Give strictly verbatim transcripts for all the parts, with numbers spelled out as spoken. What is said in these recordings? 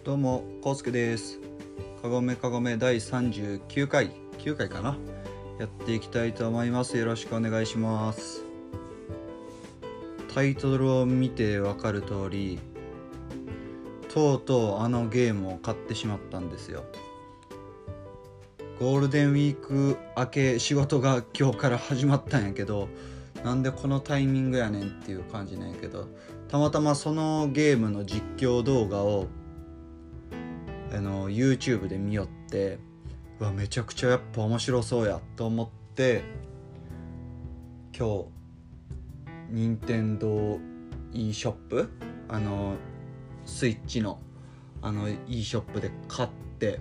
どうも、こうすけです。かごめかごめだいさんじゅうきゅうかい、きゅうかいかな、やっていきたいと思います。よろしくお願いします。タイトルを見てわかる通り、とうとうあのゲームを買ってしまったんですよ。ゴールデンウィーク明け、仕事が今日から始まったんやけど、なんでこのタイミングやねんっていう感じなんやけど、たまたまそのゲームの実況動画をあの YouTube で見よって、うわめちゃくちゃやっぱ面白そうやと思って、今日任天堂 e ショップ、あのスイッチのあの e ショップで買って、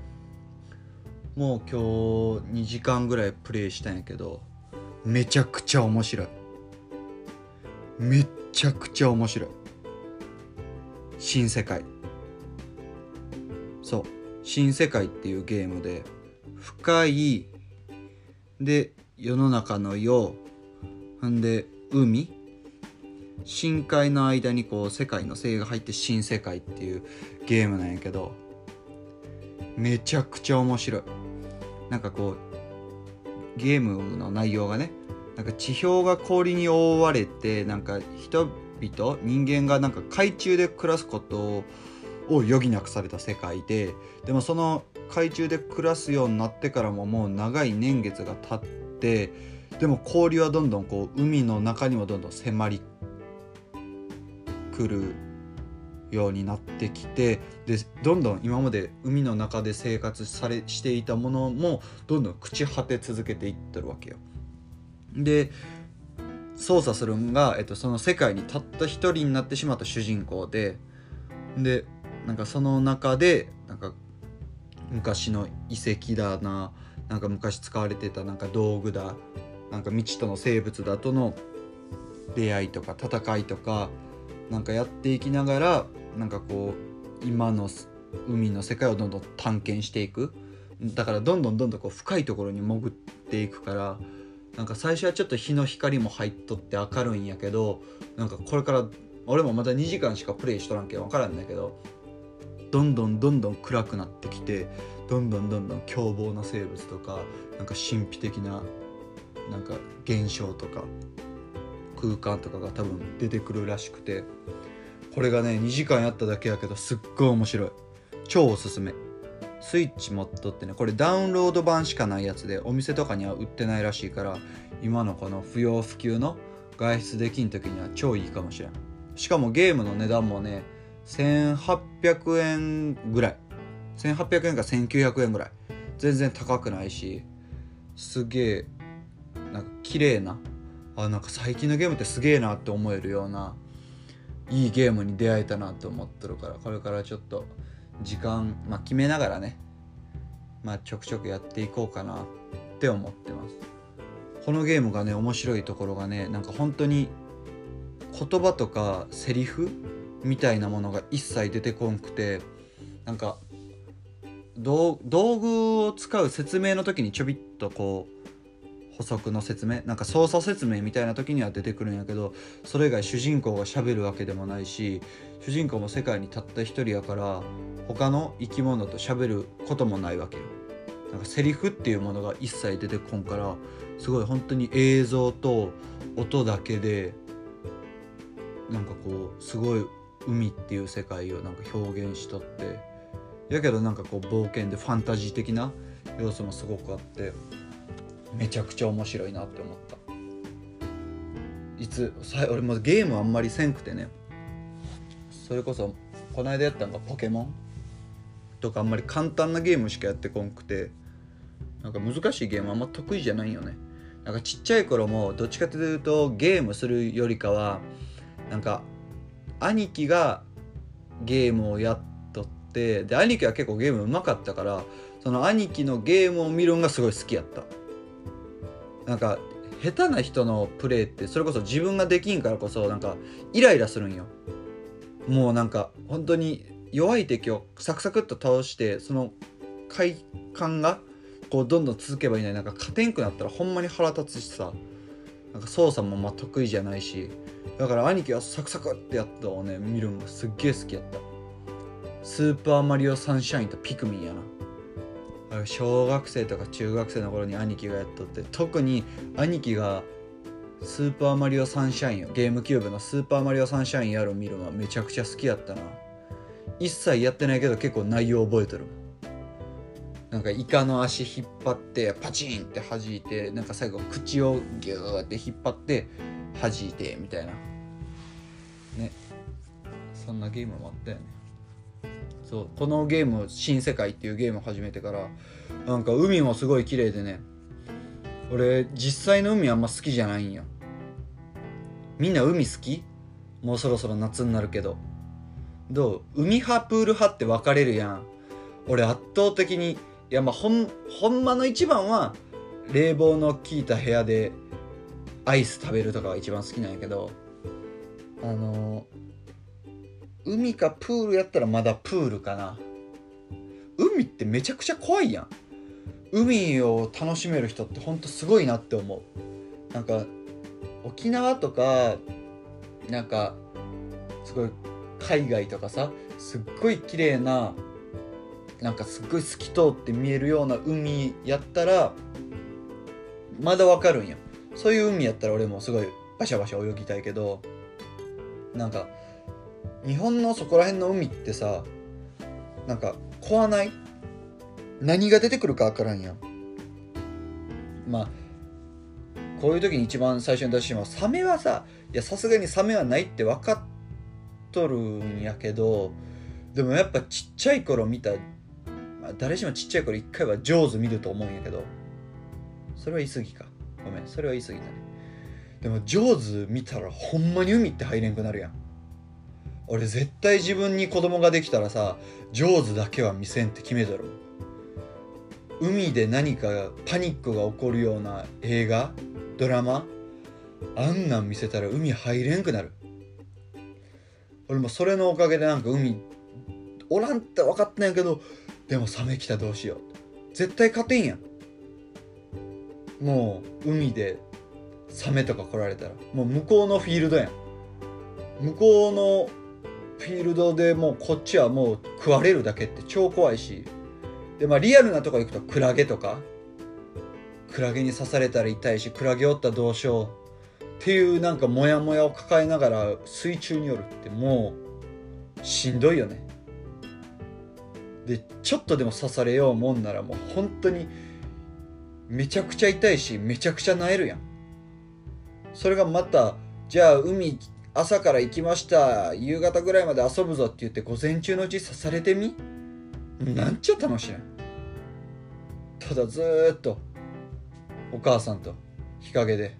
もう今日にじかんぐらいプレイしたんやけど、めちゃくちゃ面白い。めっちゃくちゃ面白い。新世界。そう。新世界っていうゲームで、深い、で、世の中の世、んで、海、深海の間にこう、世界の精が入って新世界っていうゲームなんやけど、めちゃくちゃ面白い。なんかこう、ゲームの内容がね、なんか地表が氷に覆われて、なんか人々人間がなんか海中で暮らすことを余儀なくされた世界で、でもその海中で暮らすようになってからももう長い年月が経って、でも氷はどんどんこう海の中にもどんどん迫り来るようになってきて、でどんどん今まで海の中で生活されしていたものもどんどん朽ち果て続けていってるわけよ。で操作するんが、えっと、その世界にたった一人になってしまった主人公で、でなんかその中でなんか昔の遺跡だな、なんか昔使われてたなんか道具だ、なんか未知との生物だとの出会いとか戦いとかなんかやっていきながら、なんかこう今の海の世界をどんどん探検していく。だからどんどんどんどんこう深いところに潜っていくから、なんか最初はちょっと日の光も入っとって明るいんやけど、なんかこれから俺もまだにじかんしかプレイしとらんけど分からんだけど、どんどんどんどん暗くなってきて、どんどんどんどん凶暴な生物とか、なんか神秘的ななんか現象とか空間とかが多分出てくるらしくて、これがねにじかんやっただけやけどすっごい面白い。超おすすめ。スイッチ持っとってね、これダウンロード版しかないやつでお店とかには売ってないらしいから、今のこの不要不急の外出できん時には超いいかもしれん。しかもゲームの値段もねせんはっぴゃくえんぐらい、せんはっぴゃくえんかせんきゅうひゃくえんぐらい、全然高くないし、すげえなんか綺麗な、あなんか最近のゲームってすげえなって思えるようないいゲームに出会えたなと思ってるから、これからちょっと時間、まあ、決めながらね、まあ、ちょくちょくやっていこうかなって思ってます。このゲームがね面白いところがね、なんか本当に言葉とかセリフみたいなものが一切出てこんくて、なんか道具を使う説明の時にちょびっとこう補足の説明、なんか操作説明みたいな時には出てくるんやけど、それ以外主人公が喋るわけでもないし、主人公も世界にたった一人やから他の生き物と喋ることもないわけよ。なんかセリフっていうものが一切出てこんから、すごい本当に映像と音だけでなんかこうすごい海っていう世界をなんか表現しとって、やけどなんかこう冒険でファンタジー的な要素もすごくあって、めちゃくちゃ面白いなって思った。いつさ俺もゲームあんまりせんくてね、それこそこの間やったのがポケモンとか、あんまり簡単なゲームしかやってこんくて、なんか難しいゲームあんま得意じゃないよね。なんかちっちゃい頃もどっちかというとゲームするよりかは、なんか兄貴がゲームをやっとって、で兄貴は結構ゲーム上手かったから、その兄貴のゲームを見るのがすごい好きやった。なんか下手な人のプレイってそれこそ自分ができんからこそなんかイライラするんよ。もうなんか本当に弱い敵をサクサクっと倒して、その快感がこうどんどん続けばいいのに、なんか勝てんくなったらほんまに腹立つしさ、なんか操作もまあ得意じゃないし、だから兄貴はサクサクってやったのをね見るのがすっげえ好きやった。 スーパーマリオサンシャインとピクミンやな。あれ小学生とか中学生の頃に兄貴がやっとって、特に兄貴がスーパーマリオサンシャインをゲームキューブのスーパーマリオサンシャインやる見るのはめちゃくちゃ好きやったな。一切やってないけど結構内容覚えてるもん。なんかイカの足引っ張ってパチンって弾いて、なんか最後口をギューって引っ張って弾いてみたいなね、そんなゲームもあったよね。そう、このゲーム新世界っていうゲームを始めてからなんか海もすごい綺麗でね、俺実際の海あんま好きじゃないんや。みんな海好き？もうそろそろ夏になるけどどう？海派プール派って分かれるやん。俺圧倒的に、いやまあほんほんまの一番は冷房の効いた部屋でアイス食べるとかが一番好きなんやけど、あのー、海かプールやったらまだプールかな。海ってめちゃくちゃ怖いやん。海を楽しめる人ってほんとすごいなって思う。なんか沖縄とかなんかすごい海外とかさ、すっごい綺麗な、なんかすっごい透き通って見えるような海やったらまだわかるんや。そういう海やったら俺もすごいバシャバシャ泳ぎたいけど、なんか日本のそこら辺の海ってさ、なんか怖ない？何が出てくるかわからんやん。まあこういう時に一番最初に出してもサメはさ、いやさすがにサメはないって分かっとるんやけど、でもやっぱちっちゃい頃見た、まあ、誰しもちっちゃい頃一回はジョーズ見ると思うんやけど、それは言い過ぎか、ごめん、それは言い過ぎたね。でもジョーズ見たらほんまに海って入れんくなるやん。俺絶対自分に子供ができたらさ、ジョーズだけは見せんって決めとるもん。海で何かパニックが起こるような映画ドラマあんなん見せたら海入れんくなる。俺もそれのおかげでなんか海おらんって分かってないけど、でもサメ来たどうしよう、絶対勝てんやん。もう海でサメとか来られたらもう向こうのフィールドやん。向こうのフィールドでもうこっちはもう食われるだけって超怖いし、でまあリアルなとこ行くとクラゲとか、クラゲに刺されたら痛いし、クラゲおったらどうしようっていうなんかモヤモヤを抱えながら水中におるってもうしんどいよね。でちょっとでも刺されようもんならもう本当にめちゃくちゃ痛いし、めちゃくちゃ萎えるやん。それがまたじゃあ海朝から行きました、夕方ぐらいまで遊ぶぞって言って午前中のうち刺されてみ、なんちゃ楽しいねん。ただずーっとお母さんと日陰で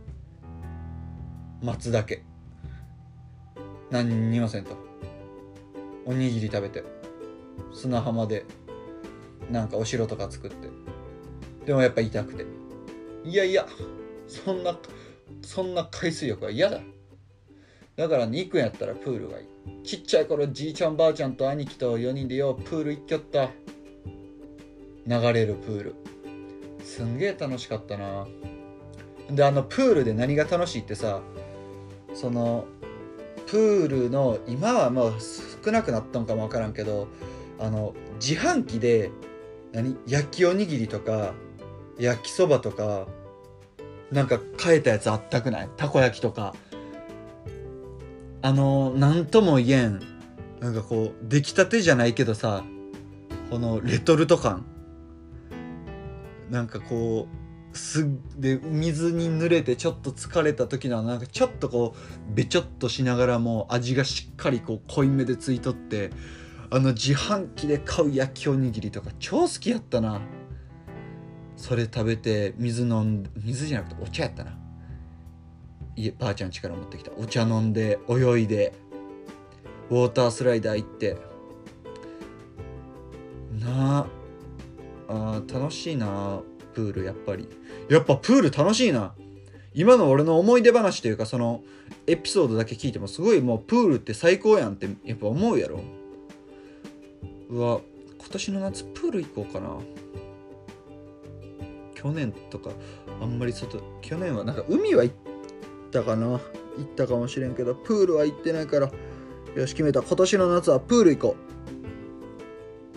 待つだけ、何にもせんとおにぎり食べて砂浜でなんかお城とか作って、でもやっぱ痛くて、いやいやそんなそんな海水浴は嫌だ。だからね、行くんやったらプールがいい。ちっちゃい頃じいちゃんばあちゃんと兄貴とよにんでようプール行っきょった。流れるプールすんげえ楽しかったな。であのプールで何が楽しいってさ、そのプールの今はもう少なくなったんかもわからんけど、あの自販機で何焼きおにぎりとか焼きそばとかなんか買えたやつあったくない？たこ焼きとか、あのなんとも言えん、なんかこう出来たてじゃないけどさ、このレトルト感、なんかこうすで水に濡れてちょっと疲れた時のなんかちょっとこうべちょっとしながらも味がしっかりこう濃いめでついとって、あの自販機で買う焼きおにぎりとか超好きやったな。それ食べて水飲んで、水じゃなくてお茶やったな、家ばあちゃん家から持ってきたお茶飲んで泳いでウォータースライダー行ってなあ、楽しいなプール。やっぱりやっぱプール楽しいな。今の俺の思い出話というかそのエピソードだけ聞いてもすごいもうプールって最高やんってやっぱ思うやろ。うわ今年の夏プール行こうかな。去年とかあんまり外、去年はなんか海は行ったかな、行ったかもしれんけどプールは行ってないから、よし決めた、今年の夏はプール行こ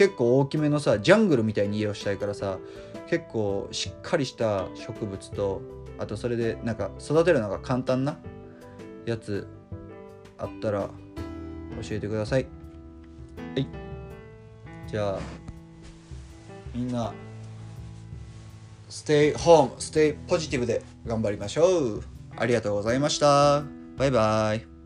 結構大きめのさジャングルみたいに家をしたいからさ、結構しっかりした植物と、あとそれでなんか育てるのが簡単なやつあったら教えてください。はい、じゃあみんなステイホームステイポジティブで頑張りましょう。ありがとうございました。バイバイ。